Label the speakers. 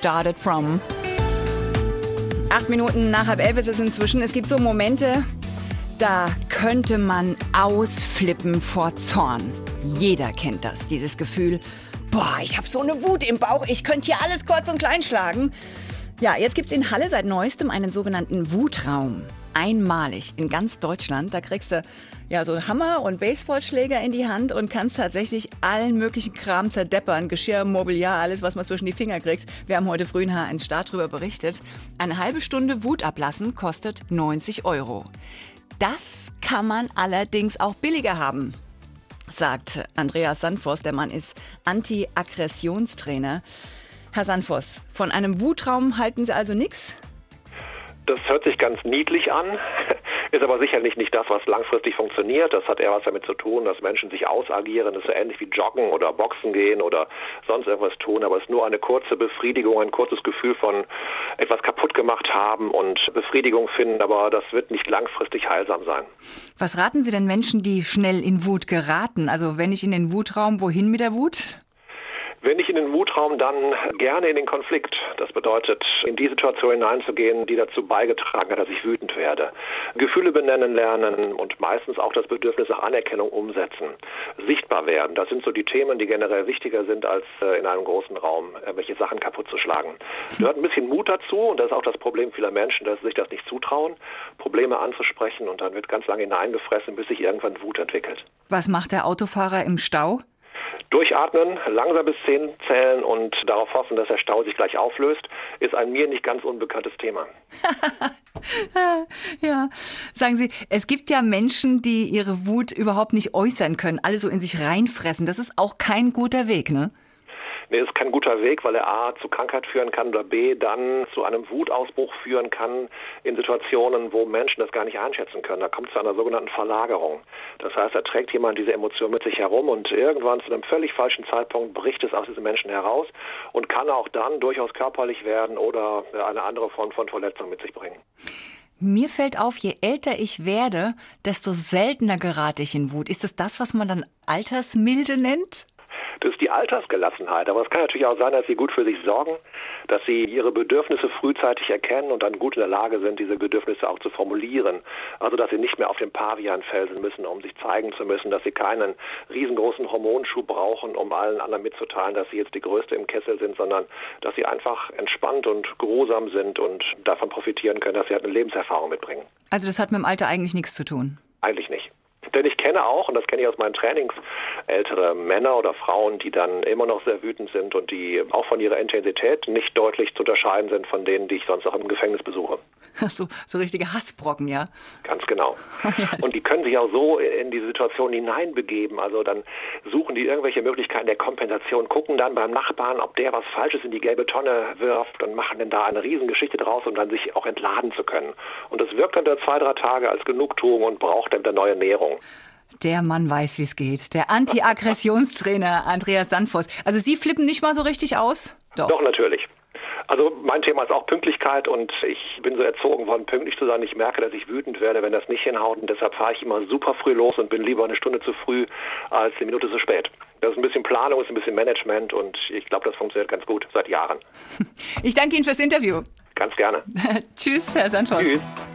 Speaker 1: started from. 8 Minuten nach 10:30 ist es inzwischen. Es gibt so Momente, da könnte man ausflippen vor Zorn. Jeder kennt das, dieses Gefühl. Boah, ich habe so eine Wut im Bauch, ich könnte hier alles kurz und klein schlagen. Ja, jetzt gibt's in Halle seit neuestem einen sogenannten Wutraum. Einmalig in ganz Deutschland. Da kriegst du ja so Hammer und Baseballschläger in die Hand und kannst tatsächlich allen möglichen Kram zerdeppern. Geschirr, Mobiliar, alles, was man zwischen die Finger kriegt. Wir haben heute früh in H1 Start drüber berichtet. Eine halbe Stunde Wut ablassen kostet 90 €. Das kann man allerdings auch billiger haben, sagt Andreas Sandvoss. Der Mann ist Anti-Aggressionstrainer. Herr Sandvoss, von einem Wutraum halten Sie also nichts?
Speaker 2: Das hört sich ganz niedlich an, ist aber sicherlich nicht das, was langfristig funktioniert. Das hat eher was damit zu tun, dass Menschen sich ausagieren. Das ist so ähnlich wie Joggen oder Boxen gehen oder sonst irgendwas tun. Aber es ist nur eine kurze Befriedigung, ein kurzes Gefühl von etwas kaputt gemacht haben und Befriedigung finden. Aber das wird nicht langfristig heilsam sein.
Speaker 1: Was raten Sie denn Menschen, die schnell in Wut geraten? Also wenn nicht in den Wutraum, wohin mit der Wut?
Speaker 2: Wenn nicht in den Wutraum, dann gerne in den Konflikt. Das bedeutet, in die Situation hineinzugehen, die dazu beigetragen hat, dass ich wütend werde. Gefühle benennen lernen und meistens auch das Bedürfnis nach Anerkennung umsetzen. Sichtbar werden, das sind so die Themen, die generell wichtiger sind, als in einem großen Raum irgendwelche Sachen kaputt zu schlagen. Gehört ein bisschen Mut dazu und das ist auch das Problem vieler Menschen, dass sie sich das nicht zutrauen, Probleme anzusprechen und dann wird ganz lange hineingefressen, bis sich irgendwann Wut entwickelt.
Speaker 1: Was macht der Autofahrer im Stau?
Speaker 2: Durchatmen, langsam bis 10 zählen und darauf hoffen, dass der Stau sich gleich auflöst, ist ein mir nicht ganz unbekanntes Thema.
Speaker 1: Ja, sagen Sie, es gibt ja Menschen, die ihre Wut überhaupt nicht äußern können, alle so in sich reinfressen. Das ist auch kein guter Weg, ne?
Speaker 2: Nee, ist kein guter Weg, weil er A, zu Krankheit führen kann oder B, dann zu einem Wutausbruch führen kann in Situationen, wo Menschen das gar nicht einschätzen können. Da kommt es zu einer sogenannten Verlagerung. Das heißt, da trägt jemand diese Emotion mit sich herum und irgendwann zu einem völlig falschen Zeitpunkt bricht es aus diesem Menschen heraus und kann auch dann durchaus körperlich werden oder eine andere Form von Verletzung mit sich bringen.
Speaker 1: Mir fällt auf, je älter ich werde, desto seltener gerate ich in Wut. Ist das, was man dann Altersmilde nennt?
Speaker 2: Das ist die Altersgelassenheit, aber es kann natürlich auch sein, dass sie gut für sich sorgen, dass sie ihre Bedürfnisse frühzeitig erkennen und dann gut in der Lage sind, diese Bedürfnisse auch zu formulieren. Also dass sie nicht mehr auf den Pavian felsen müssen, um sich zeigen zu müssen, dass sie keinen riesengroßen Hormonschub brauchen, um allen anderen mitzuteilen, dass sie jetzt die Größte im Kessel sind, sondern dass sie einfach entspannt und geruhsam sind und davon profitieren können, dass sie halt eine Lebenserfahrung mitbringen.
Speaker 1: Also das hat mit dem Alter eigentlich nichts zu tun?
Speaker 2: Eigentlich nicht. Denn ich kenne auch, und das kenne ich aus meinen Trainings, ältere Männer oder Frauen, die dann immer noch sehr wütend sind und die auch von ihrer Intensität nicht deutlich zu unterscheiden sind von denen, die ich sonst auch im Gefängnis besuche.
Speaker 1: So richtige Hassbrocken, ja?
Speaker 2: Ganz genau. Und die können sich auch so in diese Situation hineinbegeben. Also dann suchen die irgendwelche Möglichkeiten der Kompensation, gucken dann beim Nachbarn, ob der was Falsches in die gelbe Tonne wirft und machen dann da eine Riesengeschichte draus, um dann sich auch entladen zu können. Und das wirkt dann 2-3 Tage als Genugtuung und braucht dann eine neue Nährung.
Speaker 1: Der Mann weiß, wie es geht. Der Anti-Aggressionstrainer Andreas Sandvoss. Also Sie flippen nicht mal so richtig aus?
Speaker 2: Doch, natürlich. Also mein Thema ist auch Pünktlichkeit und ich bin so erzogen worden, pünktlich zu sein. Ich merke, dass ich wütend werde, wenn das nicht hinhaut und deshalb fahre ich immer super früh los und bin lieber eine Stunde zu früh als eine Minute zu spät. Das ist ein bisschen Planung, ist ein bisschen Management und ich glaube, das funktioniert ganz gut seit Jahren.
Speaker 1: Ich danke Ihnen fürs Interview.
Speaker 2: Ganz gerne.
Speaker 1: Tschüss, Herr Sandvoss.
Speaker 2: Tschüss.